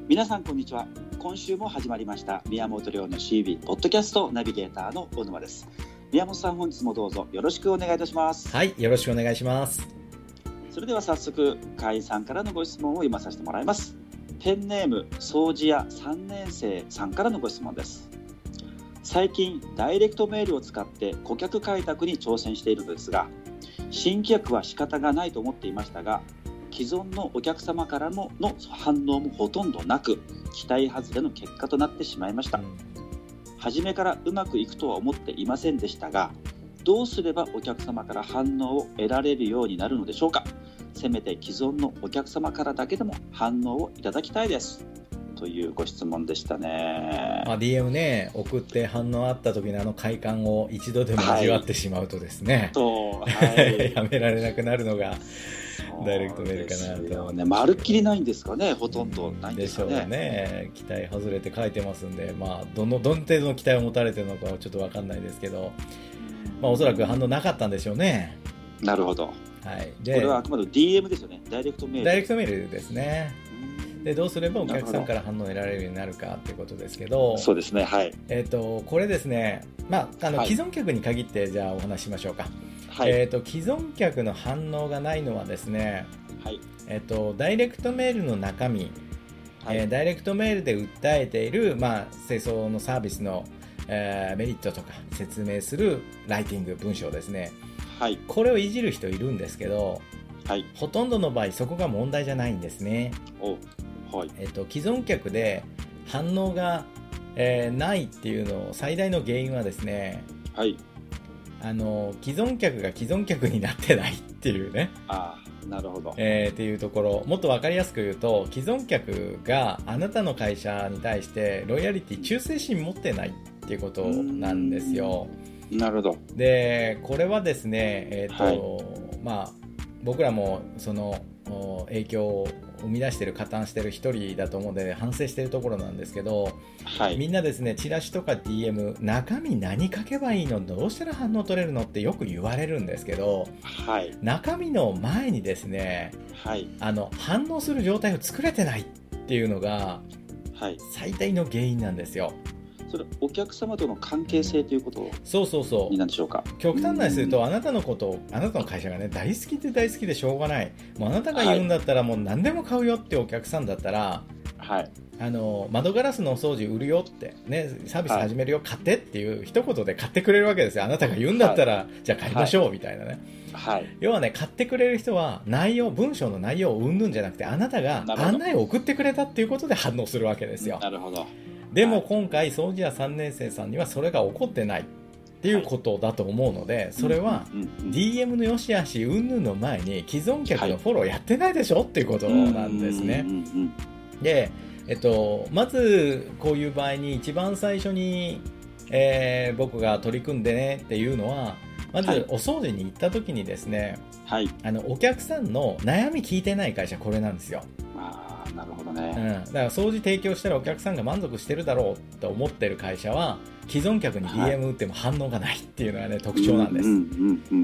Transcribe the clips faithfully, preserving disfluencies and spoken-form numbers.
皆さんこんにちは。今週も始まりました宮本亮の シービー ポッドキャストナビゲーターの大沼です。宮本さん、本日もどうぞよろしくお願いいたします。 はい、よろしくお願いします。 それでは早速会員さんからのご質問を読まさせてもらいます。ペンネーム掃除屋さんねん生さんからのご質問です。最近ダイレクトメールを使って顧客開拓に挑戦しているのですが、新規客は仕方がないと思っていましたが、既存のお客様からのの反応もほとんどなく、期待外れの結果となってしまいました。初めからうまくいくとは思っていませんでしたが、どうすればお客様から反応を得られるようになるのでしょうか。せめて既存のお客様からだけでも反応をいただきたいです、というご質問でしたね。 まあ、ディーエム ね、送って反応あった時のあの快感を一度でも味わってしまうとですね、 はい、はい、 やめられなくなるのがダイレクトメールかなと、 ね、まるっきりないんですかね。ほとんどないんですかね。 でしょうね。期待外れて書いてますんで、まあ、どのどの程度の期待を持たれてるのかはちょっと分かんないですけど、まあ、おそらく反応なかったんでしょうね。 なるほど。 はい、でこれはあくまで ディーエム ですよね。ダイレクトメール。 ダイレクトメールですね。でどうすればお客さんから反応を得られるようになるかっていうことですけど、 そうですね、はい。 えーと、これですね、まあ、あの、 はい、 既存客に限ってじゃあお話ししましょうか。 はい、 えーと、既存客の反応がないのはですね、 はい、 えーと、ダイレクトメールの中身、 はい、 えー、ダイレクトメールで訴えている、まあ、清掃のサービスの、えー、メリットとか説明するライティング文章ですね、 はい、 これをいじる人いるんですけど、 はい、 ほとんどの場合そこが問題じゃないんですね。 お、はい、 えーと、既存客で反応が、えー、ないっていうのを最大の原因はですね、 はい、 あの既存客が既存客になってないっていうね、 あ、なるほど、 えー、っていうところ、もっと分かりやすく言うと、既存客があなたの会社に対してロイヤリティ忠誠心持ってないっていうことなんですよ。 なるほど。 でこれはですね、えーとはい、 まあ、僕らもその影響を生み出している加担している一人だと思うので反省しているところなんですけど、 はい、 みんなですね、チラシとか ディーエム 中身何書けばいいの、どうしたら反応取れるのってよく言われるんですけど、 はい、 中身の前にですね、 はい、 あの反応する状態を作れてないっていうのが最大の原因なんですよ。 それお客様との関係性ということそうそうそうになんでしょうか。 極端なにすると、あなたのことを、あなたの会社がね大好きで大好きでしょうがない、もうあなたが言うんだったらもう何でも買うよってお客さんだったら、 はい、 あの窓ガラスのお掃除売るよって、ね、サービス始めるよ、はい、買ってっていう一言で買ってくれるわけですよ。あなたが言うんだったら、はい、じゃあ買いましょうみたいなね、はい、要はね、買ってくれる人は内容、文章の内容をうんぬんじゃなくて、あなたが案内を送ってくれたっていうことで反応するわけですよ。 なるほど。 でも今回掃除屋さんねん生さんにはそれが起こってないっていうことだと思うので、それは ディーエム の良し悪しうんぬんの前に既存客のフォローやってないでしょっていうことなんですね。で、えっと、まずこういう場合に一番最初に、えー、僕が取り組んでねっていうのは、まずお掃除に行った時にですね、はい、あのお客さんの悩み聞いてない会社、これなんですよ。 あ、なるほどね、 うん、だから掃除提供したらお客さんが満足してるだろうと思ってる会社は、既存客に ディーエム 打っても反応がないっていうのがね、特徴なんです。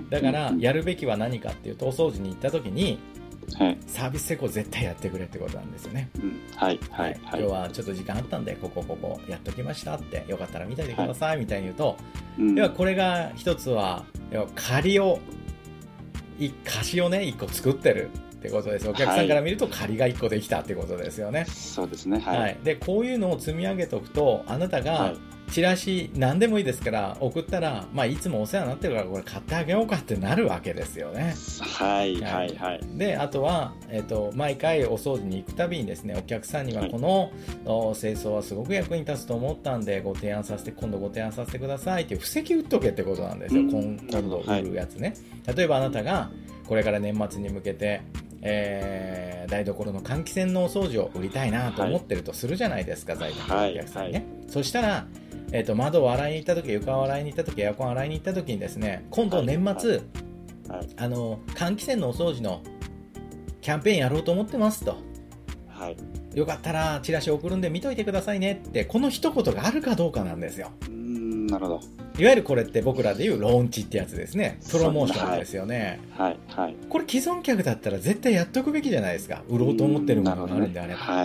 だからやるべきは何かっていうと、お掃除に行った時に、はい、サービス成功絶対やってくれってことなんですよね、うん、はいはいはい、要はちょっと時間あったんでここここやっときましたって、よかったら見ててくださいみたいに言うと、はい、要はこれが一つは、要は仮を貸しをねいっこ作ってるってことです。お客さんから見ると仮がいっこできたってことですよね、はい、そうですね、はい、はい、でこういうのを積み上げておくと、あなたがチラシ何でもいいですから送ったら、まあ、いつもお世話になってるからこれ買ってあげようかってなるわけですよね。はいはいはい。であとは、えーと、毎回お掃除に行くたびにですね、お客さんにはこの、はい、清掃はすごく役に立つと思ったんでご提案させて今度ご提案させてくださいっていう布石打っとけってことなんですよ、うん、今度売るやつね、はい、例えばあなたがこれから年末に向けてえー、台所の換気扇のお掃除を売りたいなと思ってるとするじゃないですか、はい、在宅のお客さんにね、はいはい、そしたら、えーと、窓を洗いに行った時、床を洗いに行った時、エアコン洗いに行った時にですね、今度年末、はいはい、あの換気扇のお掃除のキャンペーンやろうと思ってますと、はい、よかったらチラシ送るんで見といてくださいねって、この一言があるかどうかなんですよ。うーん、なるほど。いわゆるこれって僕らでいうローンチってやつですね。プロモーションですよね。はいはいはい、これ既存客だったら絶対やっとくべきじゃないですか。売ろうと思ってるものがあるんであれば。はい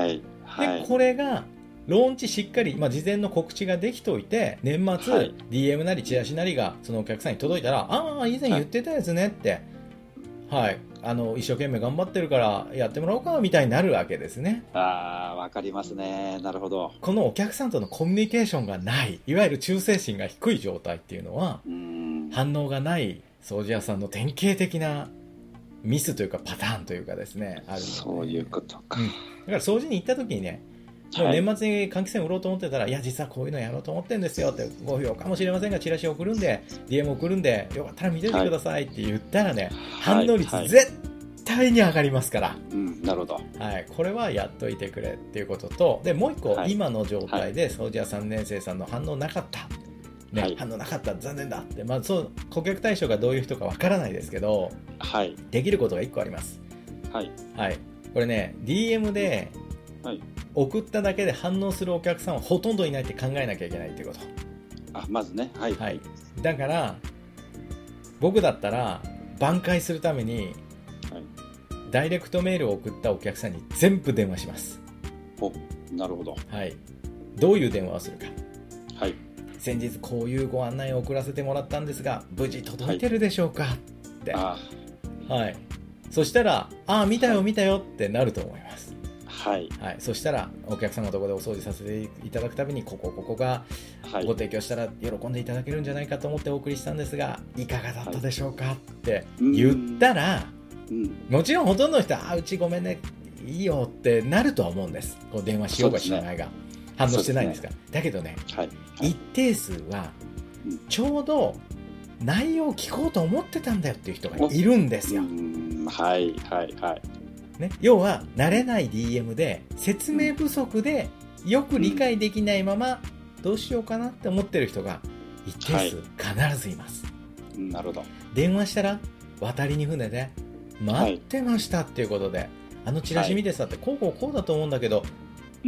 はい、 でこれがローンチしっかり、まあ、事前の告知ができておいて年末、はい、ディーエム なりチラシなりがそのお客さんに届いたら、ああ以前言ってたやつねって、はい、あの一生懸命頑張ってるからやってもらおうかみたいになるわけですね。 ああ、わかりますね。なるほど。 このお客さんとのコミュニケーションがない、いわゆる忠誠心が低い状態っていうのは、 うん、 反応がない掃除屋さんの典型的なミスというかパターンというかですね、あるので。 そういうことか、 うん、だから掃除に行った時にね、もう年末に換気扇売ろうと思ってたら、はい、いや実はこういうのやろうと思ってるんですよって、ご不要かもしれませんがチラシ送るんで ディーエム 送るんでよかったら見ててくださいって言ったらね、はい、反応率絶対に上がりますから、 はいはい、なるほど、 はい、これはやっといてくれっていうことと、でもう一個、はい、今の状態で掃除屋さんねん生さんの反応なかった、ね、はい、反応なかった残念だって、まあ、そう顧客対象がどういう人かわからないですけど、 はい、 できることがいっこあります。 はい、 はい、これね ディーエム で送っただけで反応するお客さんはほとんどいないって考えなきゃいけないっていうこと。 あ、まずね、はい、 はい、だから僕だったら挽回するために、はい、ダイレクトメールを送ったお客さんに全部電話します。 お、なるほど、 はい、どういう電話をするか、 はい、 先日こういうご案内を送らせてもらったんですが無事届いてるでしょうか、はい、って、 あ、 はい、そしたらああ見たよ見たよってなると思います。 はいはい、そしたらお客様のところでお掃除させていただくたびにここここがご提供したら喜んでいただけるんじゃないかと思ってお送りしたんですがいかがだったでしょうかって言ったら、 うん、 もちろんほとんどの人はあうちごめんねいいよってなるとは思うんです。こう電話しようがしないが、ね、反応してないんですから、ね、だけどね、はいはい、一定数はちょうど内容を聞こうと思ってたんだよっていう人がいるんですよ。 はいはいはいね、要は慣れない ディーエム で説明不足でよく理解できないままどうしようかなって思ってる人が一定数必ずいます、 はい、なるほど。 電話したら渡りに船で待ってましたっていうことで、はい、あのチラシ見てさってこうこうこうだと思うんだけど、うん、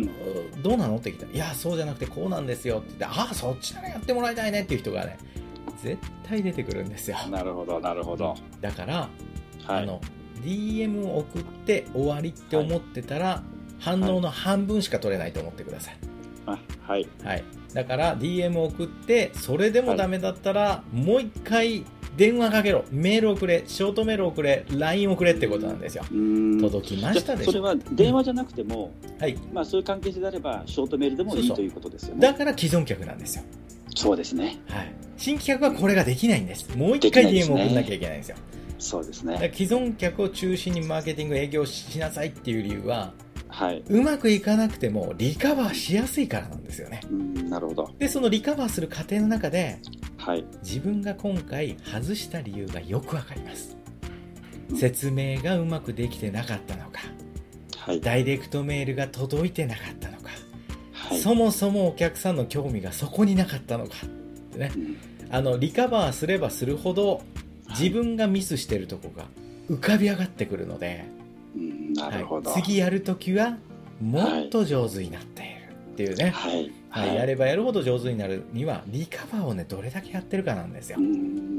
どうなのって聞いたらいやそうじゃなくてこうなんですよって言ってああそっちならやってもらいたいねっていう人がね絶対出てくるんですよ。 なるほどなるほど。 だから、 はい、 あのディーエム を送って終わりって思ってたら、はい、反応の半分しか取れないと思ってください。 あ、はい、 はい、だから ディーエム を送ってそれでもダメだったら、はい、もう一回電話かけろ、メール送れ、ショートメール送れ、ライン 送れってことなんですよ。届きましたでしょ。 それは電話じゃなくても、 うん、はい、 まあ、そういう関係性であればショートメールでもいいということですよね。 だから既存客なんですよ。 そうですね、 はい、新規客はこれができないんです。もう一回 ディーエム を送らなきゃいけないんですよ。 そうですね。 既存客を中心にマーケティング営業しなさいっていう理由は、 はい、 うまくいかなくてもリカバーしやすいからなんですよね。 うん、なるほど。 でそのリカバーする過程の中で、 はい、 自分が今回外した理由がよくわかります、うん、説明がうまくできてなかったのか、はい、ダイレクトメールが届いてなかったのか、はい、そもそもお客さんの興味がそこになかったのかってね、うん、あのリカバーすればするほど自分がミスしてるとこが浮かび上がってくるので、 うん、なるほど、 はい、次やるときはもっと上手になっているっていうね、 はいはいはい、やればやるほど上手になるにはリカバーをねどれだけやってるかなんですよ。 うん、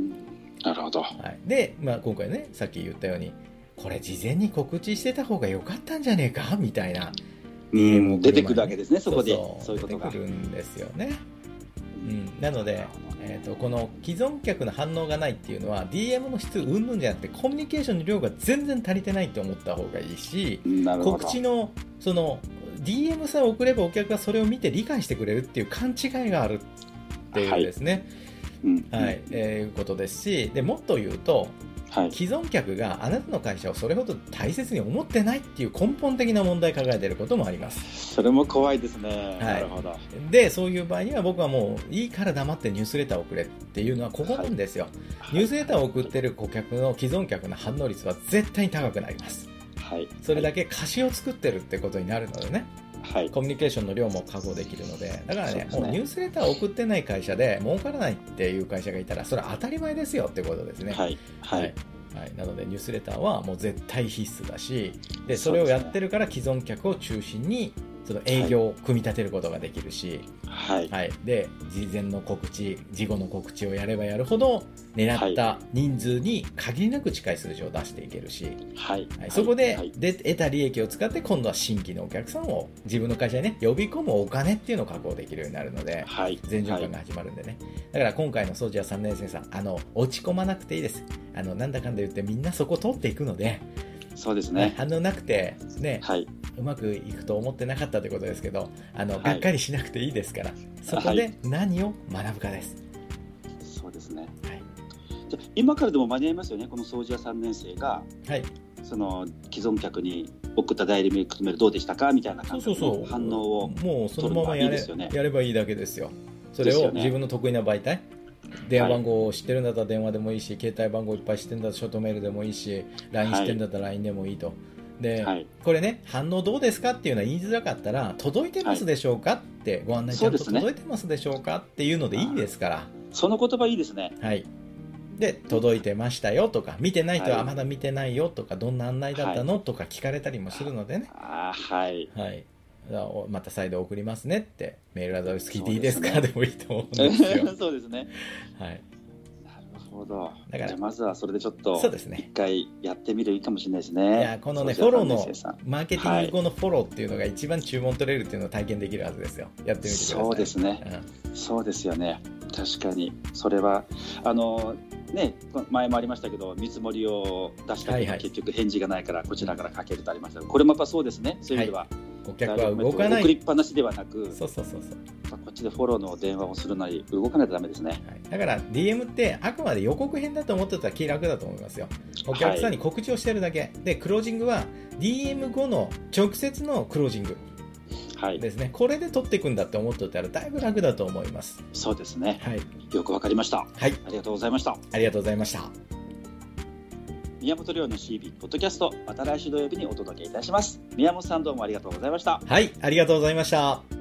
なるほど、 はい、で、まあ、今回ねさっき言ったようにこれ事前に告知してた方が良かったんじゃねえかみたいな、 うん、出てくるわけですね。そこでそうそうそういうことが出てくるんですよね。うん、なので、えーと、この既存客の反応がないっていうのは ディーエム の質うんぬんじゃなくてコミュニケーションの量が全然足りてないと思った方がいいし、告知のその ディーエム さえ送ればお客がそれを見て理解してくれるっていう勘違いがあるっていうですね、はい、はい、えー、いうことですし、でもっと言うと、はい、既存客があなたの会社をそれほど大切に思ってないっていう根本的な問題を抱えていることもあります。 それも怖いですね、はい、なるほど。 でそういう場合には僕はもういいから黙ってニュースレターを送れっていうのはここなんですよ、はい、ニュースレターを送っている顧客の既存客の反応率は絶対に高くなります、はい、それだけ貸しを作ってるってことになるのでね、はい、コミュニケーションの量も確保できるので、だから ね, ねもうニュースレターを送ってない会社で儲からないっていう会社がいたらそれは当たり前ですよってことですね。 はいはいはいはい、なのでニュースレターはもう絶対必須だし、でそれをやってるから既存客を中心にその営業を組み立てることができるし、 はいはい、で事前の告知、事後の告知をやればやるほど狙った人数に限りなく近い数字を出していけるし、 はいはい、そこで、 はい、 で得た利益を使って今度は新規のお客さんを自分の会社に、ね、呼び込むお金っていうのを確保できるようになるので、 はい、 全循環が始まるんでね、だから今回の掃除屋さんねん生さん、あの落ち込まなくていいです。あのなんだかんだ言ってみんなそこ通っていくので、 そうですね、 反応なくて、ね、 はいうまくいくと思ってなかったということですけど、あの、 はい、 がっかりしなくていいですから、そこで何を学ぶかです。 はい、そうですね、 はい、 じゃ今からでも間に合いますよね。この掃除屋さんねん生が、 はい、 その既存客に送った代理メイクメールどうでしたかみたいな感じの反応をもうそのままやれ、 ね、 やればいいだけですよ。それを自分の得意な媒体、電話番号を知ってるんだったら電話でもいいし、携帯番号いっぱい知ってるんだったらショートメールでもいいし、 ライン 知ってるんだったら ライン でもいいと。で、はい、これね、反応どうですかっていうのは言いづらかったら、届いてますでしょうかって、はい、ご案内ちゃんと届いてますでしょうかっていうのでいいですから。 その言葉いいですね。 はい。で、届いてましたよとか、見てない人は、はい、まだ見てないよとか、どんな案内だったの、はい、とか聞かれたりもするのでね。 あ、はい。 はい。また再度送りますねって、メールアドレス聞いていいですかでもいいと思うんですよ。 そうですね。 はい。 なるほど。 だからじゃあまずはそれでちょっとそうですね、 一回やってみるいいかもしれないですね。 いや、このね、フォローのマーケティング後のフォローっていうのが一番注文取れるっていうのを体験できるはずですよ。やってみてください。 そうですね、うん、そうですよね。確かにそれはあのね、前もありましたけど、見積もりを出したけど結局返事がないからこちらからかけるとありましたけど、これもやっぱそうですね。そういう意味では、はい、 お客は動かない、 送りっぱなしではなく、 そうそうそうそう、 こっちでフォローの電話をするなり動かないとダメですね。はい、 だから ディーエム ってあくまで予告編だと思ってたら気楽だと思いますよ。お客さんに告知をしてるだけ、はい、でクロージングは ディーエム 後の直接のクロージングですね、はい、これで取っていくんだって思っておいたらだいぶ楽だと思います。 そうですね、 はい、 よくわかりました。 はい、 ありがとうございました。 ありがとうございました。 宮本亮の シービー ポッドキャスト、また来週土曜日にお届けいたします。宮本さん、どうもありがとうございました。 はい、ありがとうございました。